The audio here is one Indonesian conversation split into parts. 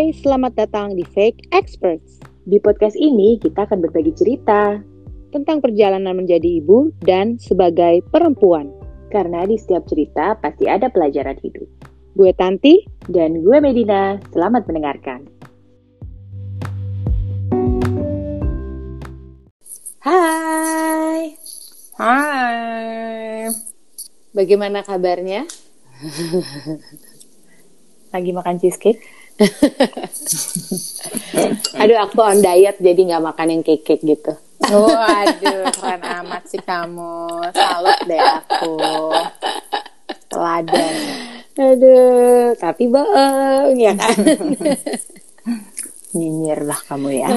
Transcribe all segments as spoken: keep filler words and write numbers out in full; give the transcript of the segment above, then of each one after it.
Hai, selamat datang di Fake Experts. Di podcast ini kita akan berbagi cerita tentang perjalanan menjadi ibu dan sebagai perempuan. Karena di setiap cerita pasti ada pelajaran hidup. Gue Tanti dan gue Medina. Selamat mendengarkan. Hai. Hai. Bagaimana kabarnya? Lagi makan cheesecake? Aduh, aku on diet jadi nggak makan yang cake-cake gitu. Waduh, keren amat sih kamu. Salut deh aku. Teladan. Aduh, tapi bohong ya kan? Nyinyir lah kamu ya.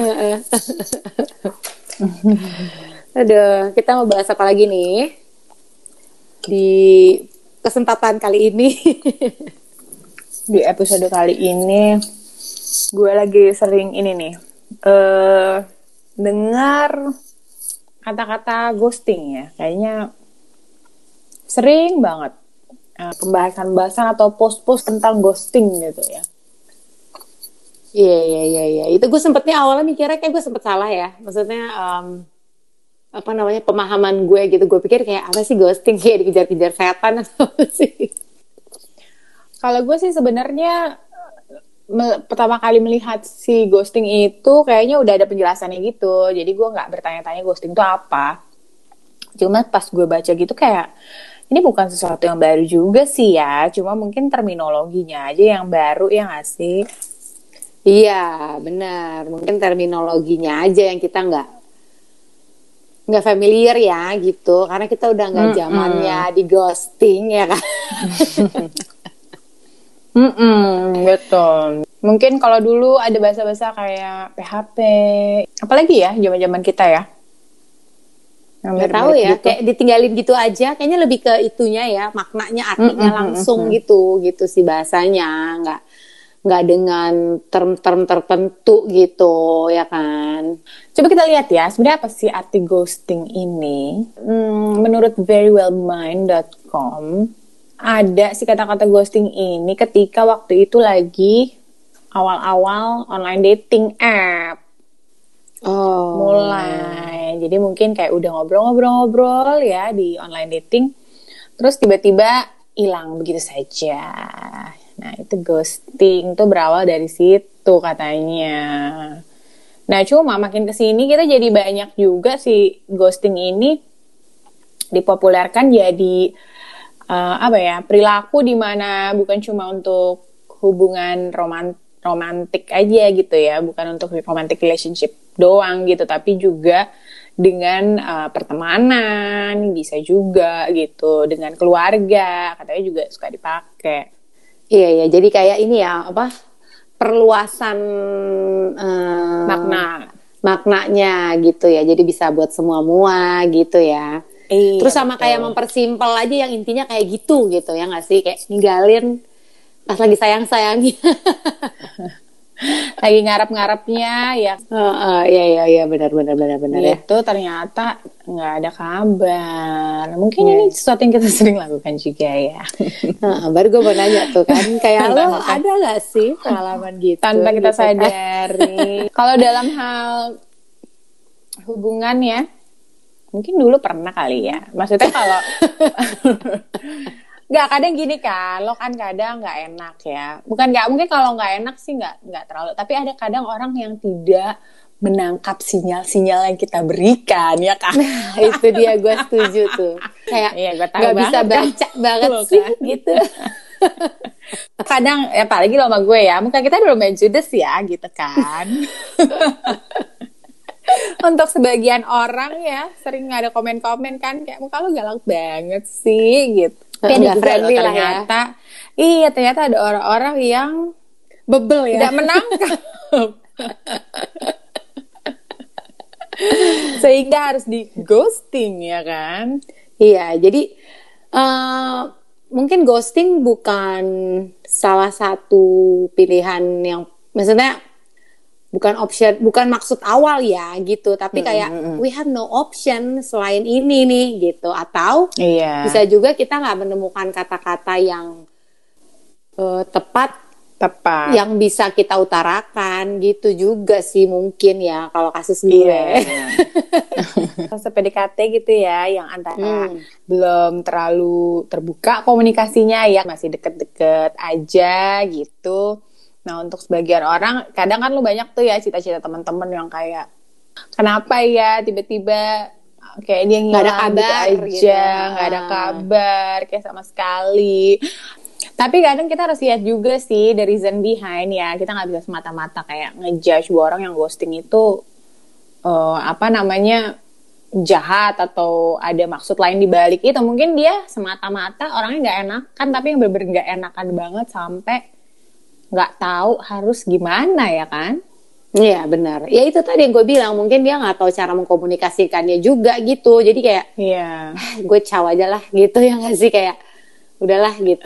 Aduh, kita mau bahas apa lagi nih di kesempatan kali ini? Di episode kali ini gue lagi sering ini nih uh, dengar kata-kata ghosting ya. Kayaknya sering banget uh, pembahasan-pembahasan atau post-post tentang ghosting gitu ya. Iya, iya, iya, iya. Itu gue sempetnya awalnya mikirnya kayak gue sempet salah ya. Maksudnya um, apa namanya, pemahaman gue gitu. Gue pikir kayak apa sih ghosting, kayak dikejar-kejar setan atau apa sih? Kalau gue sih sebenarnya me- pertama kali melihat si ghosting itu kayaknya udah ada penjelasannya gitu. Jadi gue nggak bertanya-tanya ghosting itu apa. Cuma pas gue baca gitu kayak ini bukan sesuatu yang baru juga sih ya. Cuma mungkin terminologinya aja yang baru, ya nggak sih? Iya, benar. Mungkin terminologinya aja yang kita nggak nggak familiar ya gitu. Karena kita udah nggak zamannya di ghosting ya kan. Mm-mm, betul. Mungkin kalau dulu ada bahasa-bahasa kayak P H P, apalagi ya zaman-zaman kita ya. Nggak tahu ya, gitu. Kayak ditinggalin gitu aja. Kayaknya lebih ke itunya ya, maknanya, artinya mm-mm, langsung mm-mm. gitu, gitu sih bahasanya. Nggak nggak dengan term-term tertentu gitu, ya kan. Coba kita lihat ya, sebenarnya apa sih arti ghosting ini? Hmm, menurut verywellmind dot com, ada sih kata-kata ghosting ini ketika waktu itu lagi awal-awal online dating app. Oh. Mulai. Jadi mungkin kayak udah ngobrol-ngobrol-ngobrol ya di online dating. Terus tiba-tiba hilang begitu saja. Nah, itu ghosting. Itu berawal dari situ katanya. Nah, cuma makin kesini kita jadi banyak juga si ghosting ini dipopulerkan jadi Uh, apa ya, perilaku di mana bukan cuma untuk hubungan romant- romantik aja gitu ya, bukan untuk romantic relationship doang gitu, tapi juga dengan uh, pertemanan bisa juga gitu, dengan keluarga katanya juga suka dipakai. Iya ya, jadi kayak ini ya apa perluasan uh, makna maknanya gitu ya, jadi bisa buat semua-mua gitu ya. Iya, terus sama betul. Kayak mempersimpel aja yang intinya kayak gitu gitu ya nggak sih, kayak ninggalin pas lagi sayang-sayangnya, lagi ngarep-ngarepnya ya. Uh, uh, ya ya ya benar benar benar benar ya. Itu ternyata nggak ada kabar. Mungkin yeah. Ini sesuatu yang kita sering lakukan juga ya. Uh, baru gue mau nanya tuh kan, kayak lo ada nggak sih pengalaman gitu tanpa kita gitu, sadari? Kalau dalam hal hubungan ya, mungkin dulu pernah kali ya. Maksudnya kalau nggak, kadang gini kan, lo kan kadang nggak enak ya. Bukan nggak, mungkin kalau nggak enak sih nggak nggak terlalu. Tapi ada kadang orang yang tidak menangkap sinyal-sinyal yang kita berikan ya kan. Nah, itu dia, gue setuju tuh. Kayak iya, nggak bisa baca kan? Banget Loh, sih kan? Gitu. Kadang ya apalagi lo sama gue ya, muka kita belum main judes ya gitu kan. Untuk sebagian orang ya sering ada komen-komen kan kayak muka lo galak banget sih gitu. Tapi ada juga loh, ternyata ya. Iya, ternyata ada orang-orang yang bebel ya, tidak menangkap. Sehingga harus di ghosting ya kan. Iya, jadi uh, mungkin ghosting bukan salah satu pilihan yang, maksudnya bukan option, bukan maksud awal ya gitu, tapi kayak mm-hmm. we have no option selain ini nih gitu, atau iya. Bisa juga kita nggak menemukan kata-kata yang uh, tepat Tepat. Yang bisa kita utarakan gitu juga sih mungkin ya kalau kasus gue. Iya. Fase P D K T gitu ya, yang antara Hmm. belum terlalu terbuka komunikasinya ya, masih deket-deket aja gitu. Nah untuk sebagian orang, kadang kan lu banyak tuh ya cita-cita teman-teman yang kayak kenapa ya tiba-tiba kayak dia Nggak ada ngilang kabar gitu gitu. aja, nggak ada kabar kayak sama sekali. Tapi kadang kita harus lihat juga sih the reason behind ya. Kita nggak bisa semata-mata kayak ngejudge bahwa orang yang ghosting itu uh, apa namanya jahat atau ada maksud lain di balik itu. Mungkin dia semata-mata orangnya nggak enakan, tapi yang bener-bener nggak enakan banget sampai nggak tahu harus gimana ya kan? Iya benar. Ya itu tadi yang gue bilang, mungkin dia nggak tahu cara mengkomunikasikannya juga gitu. Jadi kayak, Iya. ah, gue caw aja lah gitu ya nggak sih, kayak udahlah gitu.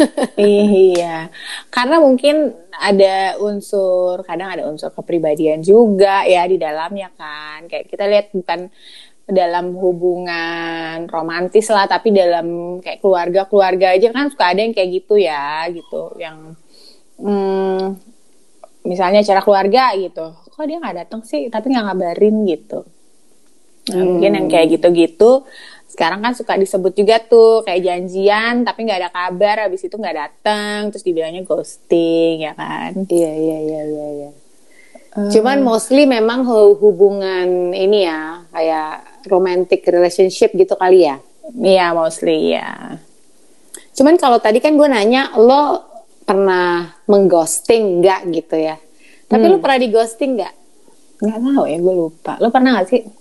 Iya, karena mungkin ada unsur, kadang ada unsur kepribadian juga ya di dalamnya kan. Kayak kita lihat bukan dalam hubungan romantis lah, tapi dalam kayak keluarga-keluarga aja kan suka ada yang kayak gitu ya, gitu. Yang hmm, misalnya acara keluarga gitu, kok dia nggak datang sih, tapi nggak ngabarin gitu. Nah, Hmm. mungkin yang kayak gitu-gitu sekarang kan suka disebut juga tuh kayak janjian tapi nggak ada kabar, habis itu nggak datang, terus dibilangnya ghosting ya kan. Iya iya iya iya. iya. Cuman mostly memang hu- hubungan ini ya kayak romantic relationship gitu kali ya. Iya mostly ya. Cuman kalau tadi kan gue nanya lo pernah mengghosting nggak gitu ya. Tapi Hmm. lo pernah di ghosting nggak? Nggak tahu ya, gue lupa. Lo pernah nggak sih?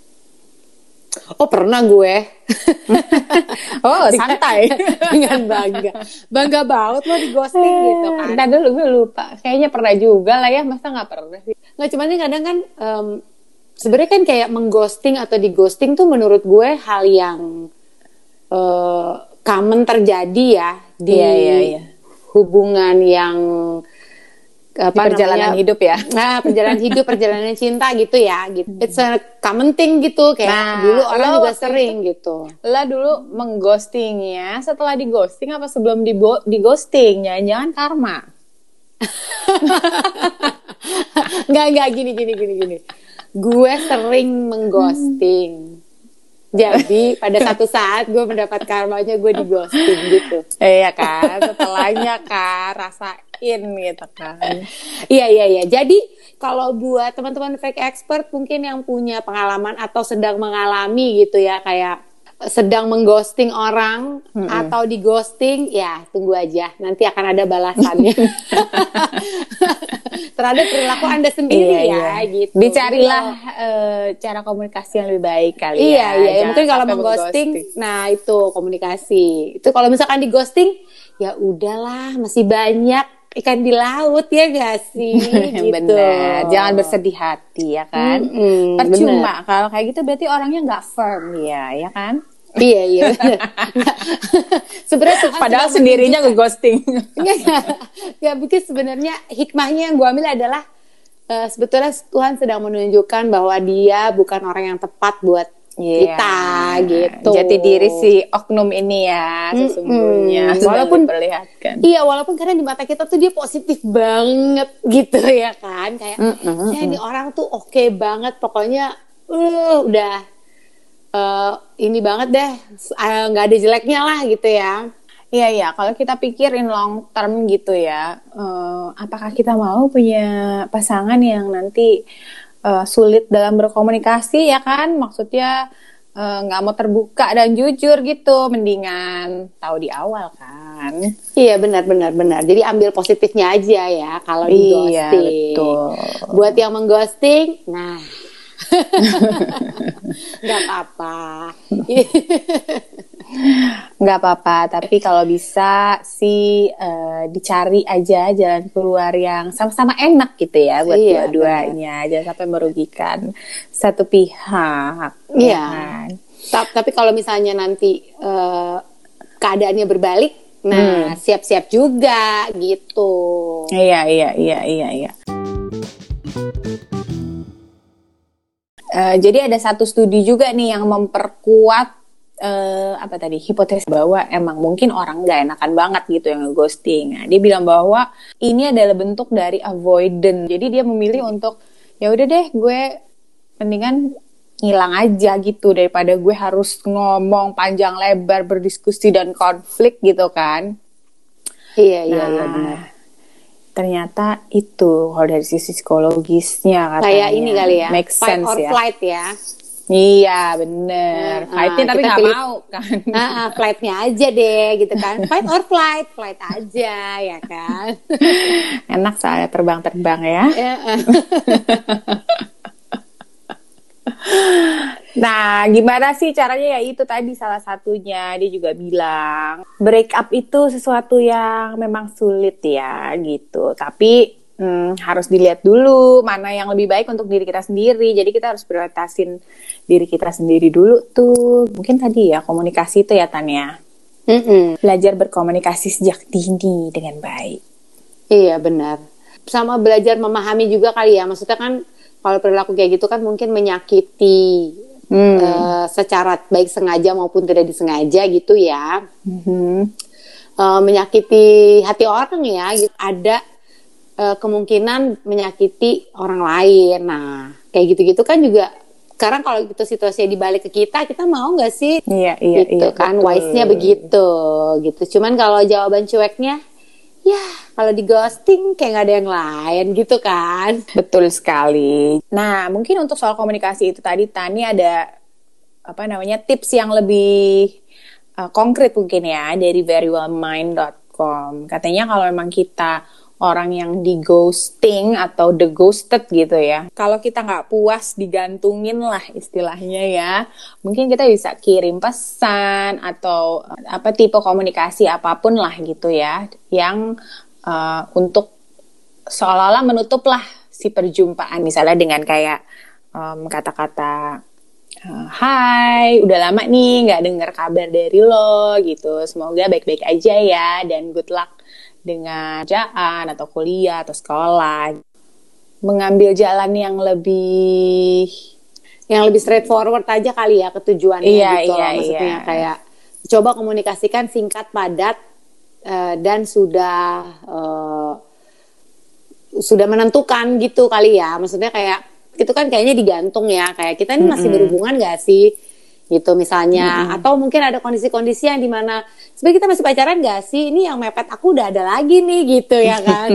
Oh pernah gue. Oh santai. Dengan bangga. Bangga banget lo di ghosting gitu kan. Ntar dulu gue lupa. Kayaknya pernah juga lah ya, masa nggak pernah sih? Nggak, cuman kan kadang kan em, sebenarnya kan kayak mengghosting atau di ghosting tuh menurut gue hal yang eh, common terjadi ya di Iya, iya, iya. hubungan yang apa Di perjalanan namanya, hidup ya. Nah, perjalanan hidup, perjalanan cinta gitu ya. Gitu. It's a common thing gitu. Kayak Nah, dulu orang lo juga waktu sering gitu. Lah dulu mengghostingnya setelah di ghosting apa sebelum di di ghosting? Jangan-jangan karma. Nggak, nggak gini, gini, gini, gini. Gue sering mengghosting. Jadi pada satu saat gue mendapat karmanya, gue di ghosting gitu. Iya kan, setelahnya kan rasain gitu kan. Iya, iya, iya. Jadi kalau buat teman-teman fake expert mungkin yang punya pengalaman atau sedang mengalami gitu ya, kayak sedang mengghosting orang Mm-mm. atau di ghosting, ya tunggu aja, nanti akan ada balasannya terhadap perilaku Anda sendiri Iya, ya, iya. gitu. Dicarilah eh, cara komunikasi yang lebih baik kali Iya, ya. iya, ya, Jangan mungkin kalau sampai mengghosting, nah itu komunikasi. Itu kalau misalkan di ghosting, ya udahlah, masih banyak ikan di laut ya gak sih? Gitu. Bener, jangan bersedih hati ya kan. Mm-mm, Percuma kalau kayak gitu berarti orangnya nggak firm ya, ya kan? Iya, iya. Sebenarnya Tuhan Padahal sedang sendirinya menunjukkan- nge-ghosting. Ya, mungkin sebenarnya hikmahnya yang gue ambil adalah eh, sebetulnya Tuhan sedang menunjukkan bahwa Dia bukan orang yang tepat buat Iya. kita gitu. Jati diri si oknum ini ya sesungguhnya Mm-mm. sedang Walaupun- diperlihatkan. Iya, walaupun kadang di mata kita tuh dia positif banget gitu ya kan, kayak Mm-mm. ya ini orang tuh oke banget, pokoknya uh, udah eh, ini banget deh, eh, nggak ada jeleknya lah gitu ya. Iya iya, kalau kita pikirin long term gitu ya, eh, apakah kita mau punya pasangan yang nanti eh, sulit dalam berkomunikasi ya kan? Maksudnya eh, nggak mau terbuka dan jujur gitu, mendingan tahu di awal kan? Iya, benar benar benar. Jadi ambil positifnya aja ya kalau di Iya ghosting. betul. Buat yang mengghosting, nah nggak apa-apa. Nggak apa-apa, tapi kalau bisa sih eh, dicari aja jalan keluar yang sama-sama enak gitu ya buat Iya, dua-duanya, jangan sampai merugikan satu pihak. Iya. Ya kan? Ta- Tapi kalau misalnya nanti eh, keadaannya berbalik, Hmm. nah siap-siap juga gitu. Iya, iya, iya, iya, iya. Eh, jadi ada satu studi juga nih yang memperkuat uh, apa tadi hipotesis bahwa emang mungkin orang nggak enakan banget gitu yang nge-ghosting. Nah, dia bilang bahwa ini adalah bentuk dari avoidance. Jadi dia memilih untuk ya udah deh gue mendingan ngilang aja gitu daripada gue harus ngomong panjang lebar berdiskusi dan konflik gitu kan. Iya iya nah, iya benar. Ternyata itu kalau dari sisi psikologisnya katanya. Kayak ini kali ya. Make fight sense or ya. flight ya. Iya bener. Uh, Fighting uh, tapi nggak pilih, mau kan. Uh, uh, flightnya aja deh gitu kan. Fight or flight, flight aja ya kan. Enak soalnya terbang-terbang ya. Uh, uh. Nah, gimana sih caranya? Ya itu tadi salah satunya dia juga bilang break up itu sesuatu yang memang sulit ya gitu. Tapi hmm, harus dilihat dulu mana yang lebih baik untuk diri kita sendiri. Jadi kita harus prioritasin diri kita sendiri dulu tuh. Mungkin tadi ya komunikasi itu ya Tania. Mm-mm. Belajar berkomunikasi sejak dini dengan baik. Iya benar. Sama belajar memahami juga kali ya. Maksudnya kan kalau perilaku kayak gitu kan mungkin menyakiti hmm. uh, secara baik sengaja maupun tidak disengaja gitu ya. Hmm. Uh, menyakiti hati orang ya. Gitu. Ada uh, kemungkinan menyakiti orang lain. Nah kayak gitu-gitu kan juga. Sekarang kalau gitu situasinya dibalik ke kita, kita mau nggak sih? Iya iya gitu, iya. Kan wise-nya begitu gitu. Cuman kalau jawaban cueknya, ya kalau di ghosting kayak nggak ada yang lain gitu kan. Betul sekali. Nah mungkin untuk soal komunikasi itu tadi Tani ada apa namanya tips yang lebih uh, konkret mungkin ya dari verywellmind dot com. Katanya kalau memang kita orang yang di ghosting atau the ghosted gitu ya, kalau kita nggak puas digantungin lah istilahnya ya, mungkin kita bisa kirim pesan atau apa tipe komunikasi apapun lah gitu ya, yang uh, untuk seolah-olah menutup lah si perjumpaan, misalnya dengan kayak um, kata-kata uh, hai, udah lama nih nggak dengar kabar dari lo gitu, semoga baik-baik aja ya dan good luck dengan kerjaan atau kuliah atau sekolah. Mengambil jalan yang lebih yang lebih straightforward aja kali ya ke tujuannya iya, gitu iya, loh. Maksudnya iya. kayak coba komunikasikan singkat padat uh, dan sudah uh, sudah menentukan gitu kali ya. Maksudnya kayak itu kan kayaknya digantung ya, kayak kita ini masih mm-hmm. berhubungan gak sih gitu misalnya, mm-hmm. atau mungkin ada kondisi-kondisi yang dimana sebenarnya kita masih pacaran gak sih, ini yang mepet aku udah ada lagi nih gitu ya kan.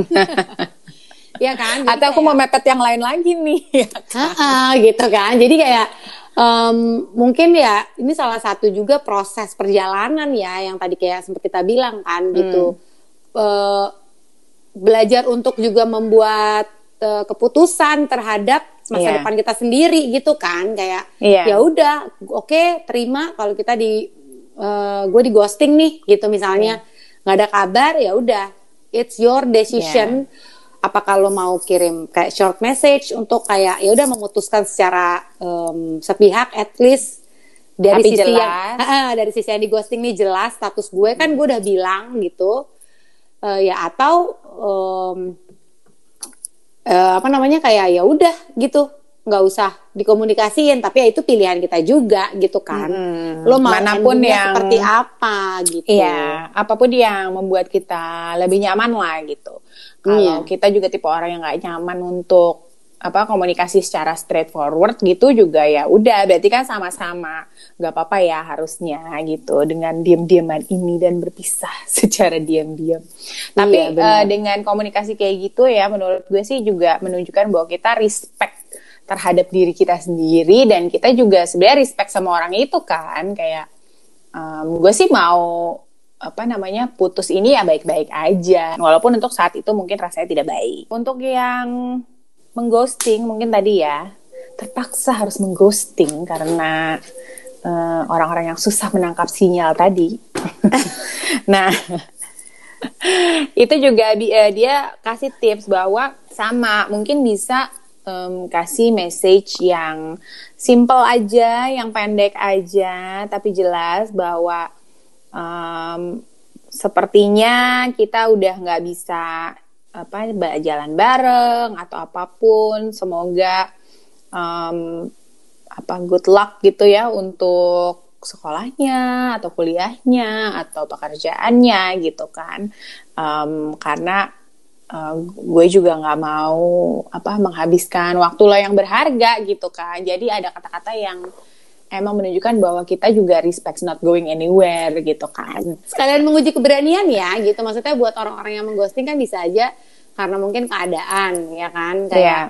Ya kan. Jadi atau aku kayak, mau mepet yang lain lagi nih ya kan? uh-uh, gitu kan. Jadi kayak um, mungkin ya ini salah satu juga proses perjalanan ya yang tadi kayak sempat kita bilang kan gitu. Hmm. Uh, belajar untuk juga membuat uh, keputusan terhadap masa yeah. depan kita sendiri gitu kan, kayak yeah. ya udah oke okay, terima kalau kita di uh, gue di ghosting nih gitu misalnya, nggak yeah. ada kabar, ya udah it's your decision. Yeah. Apakah lo mau kirim kayak short message untuk kayak ya udah memutuskan secara um, sepihak at least dari Tapi sisi jelas. yang uh, dari sisi yang di ghosting nih jelas status gue kan, gue udah bilang gitu. Uh, ya atau um, uh, apa namanya kayak ya udah gitu, nggak usah dikomunikasiin, tapi ya itu pilihan kita juga gitu kan. Hmm, lo mau manapun yang seperti apa gitu. Iya, apapun yang membuat kita lebih nyaman lah gitu. Kalau hmm. kita juga tipe orang yang nggak nyaman untuk apa komunikasi secara straightforward gitu juga, ya udah berarti kan sama-sama nggak apa-apa ya harusnya gitu dengan diam-diaman ini dan berpisah secara diam-diam. Tapi iya, uh, dengan komunikasi kayak gitu ya menurut gue sih juga menunjukkan bahwa kita respect terhadap diri kita sendiri, dan kita juga sebenarnya respect sama orang itu kan, kayak um, gue sih mau apa namanya putus ini ya baik-baik aja, walaupun untuk saat itu mungkin rasanya tidak baik. Untuk yang mengghosting mungkin tadi ya terpaksa harus mengghosting karena uh, orang-orang yang susah menangkap sinyal tadi. Nah itu juga uh, dia kasih tips bahwa sama mungkin bisa um, kasih message yang simple aja, yang pendek aja, tapi jelas bahwa um, sepertinya kita udah nggak bisa apa jalan bareng atau apapun, semoga um, apa good luck gitu ya untuk sekolahnya atau kuliahnya atau pekerjaannya gitu kan. Um, karena uh, gue juga nggak mau apa menghabiskan waktu lo yang berharga gitu kan. Jadi ada kata-kata yang emang menunjukkan bahwa kita juga respect's not going anywhere gitu kan. Sekalian menguji keberanian ya gitu. Maksudnya buat orang-orang yang mengghosting kan bisa aja karena mungkin keadaan ya kan kayak yeah.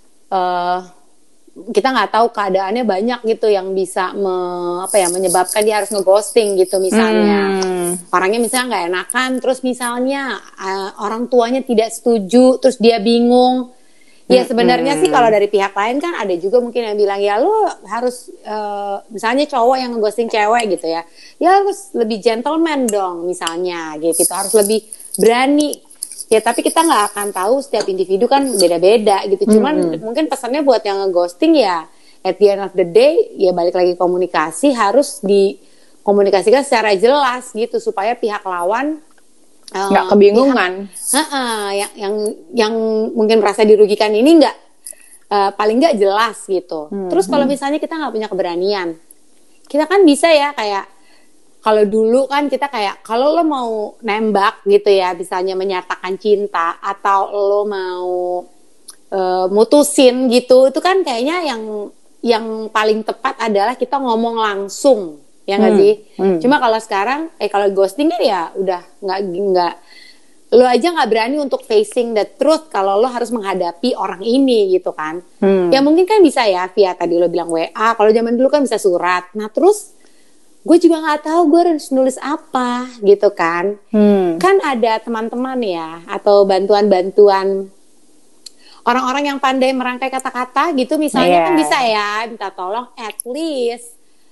uh, kita nggak tahu keadaannya banyak gitu yang bisa me, apa ya menyebabkan dia harus ngeghosting gitu misalnya hmm. orangnya misalnya nggak enakan terus misalnya uh, orang tuanya tidak setuju terus dia bingung ya sebenarnya hmm. sih kalau dari pihak lain kan ada juga mungkin yang bilang ya lo harus uh, misalnya cowok yang ngeghosting cewek gitu ya ya harus lebih gentleman dong misalnya gitu harus lebih berani. Ya tapi kita nggak akan tahu setiap individu kan beda-beda gitu. Cuman mm-hmm. mungkin pesannya buat yang nge-ghosting ya at the end of the day ya balik lagi komunikasi harus dikomunikasikan secara jelas gitu supaya pihak lawan nggak uh, kebingungan. Pihak, uh-uh, yang yang yang mungkin merasa dirugikan ini nggak uh, paling nggak jelas gitu. Mm-hmm. Terus kalau misalnya kita nggak punya keberanian, kita kan bisa ya kayak kalau dulu kan kita kayak kalau lo mau nembak gitu ya, misalnya menyatakan cinta atau lo mau e, mutusin gitu, itu kan kayaknya yang yang paling tepat adalah kita ngomong langsung, ya nggak hmm. sih? Hmm. Cuma kalau sekarang, eh kalau ghosting kan ya udah nggak nggak lo aja nggak berani untuk facing the truth kalau lo harus menghadapi orang ini gitu kan? Hmm. Ya mungkin kan bisa ya via tadi lo bilang W A, kalau zaman dulu kan bisa surat. Nah terus gue juga nggak tahu gue harus nulis apa gitu kan hmm. kan ada teman-teman ya atau bantuan-bantuan orang-orang yang pandai merangkai kata-kata gitu misalnya yeah. kan bisa ya minta tolong at least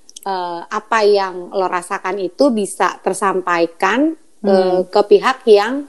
uh, apa yang lo rasakan itu bisa tersampaikan hmm. uh, ke pihak yang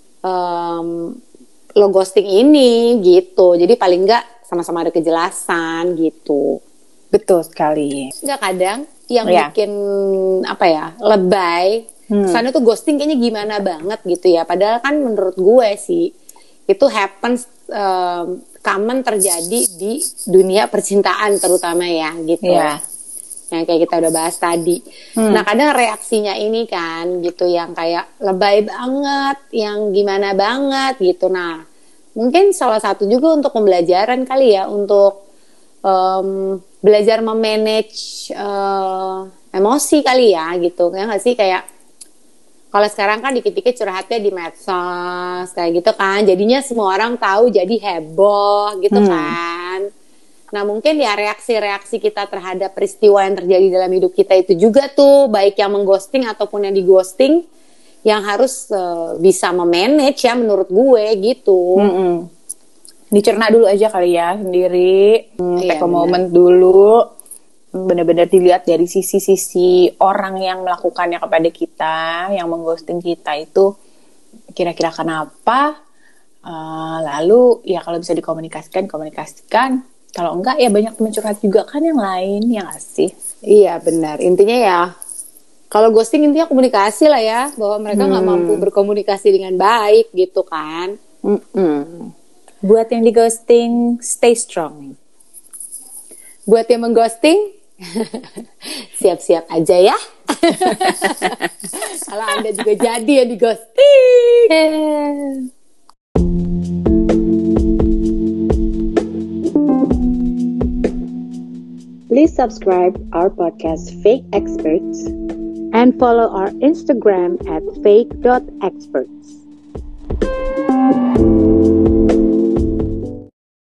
um, lo ghosting ini gitu jadi paling nggak sama-sama ada kejelasan gitu. Betul sekali. Nggak kadang yang yeah. bikin apa ya lebay hmm. kesannya tuh ghosting kayaknya gimana banget gitu ya padahal kan menurut gue sih itu happens um, common terjadi di dunia percintaan terutama ya gitu yeah. yang kayak kita udah bahas tadi hmm. nah kadang reaksinya ini kan gitu yang kayak lebay banget yang gimana banget gitu nah mungkin salah satu juga untuk pembelajaran kali ya untuk Um, belajar memanage uh, emosi kali ya gitu ya nggak sih kayak kalau sekarang kan dikit-dikit curhatnya di medsos kayak gitu kan jadinya semua orang tahu jadi heboh gitu hmm. kan nah mungkin ya reaksi-reaksi kita terhadap peristiwa yang terjadi dalam hidup kita itu juga tuh baik yang mengghosting ataupun yang dighosting yang harus uh, bisa memanage ya menurut gue gitu. Hmm-mm. Dicerna dulu aja kali ya sendiri, hmm, take a moment dulu, benar-benar dilihat dari sisi-sisi orang yang melakukannya kepada kita, yang mengghosting kita itu kira-kira kenapa, uh, lalu ya kalau bisa dikomunikasikan, komunikasikan, kalau enggak ya banyak teman curhat juga kan yang lain, ya nggak sih? Iya benar, intinya ya kalau ghosting intinya komunikasi lah ya, bahwa mereka nggak hmm. mampu berkomunikasi dengan baik gitu kan. Mm-mm. Buat yang di ghosting, stay strong. Buat yang mengghosting, siap-siap aja ya. Kalau Anda juga jadi yang di ghosting. Please subscribe our podcast Fake Experts and follow our Instagram at fake dot experts.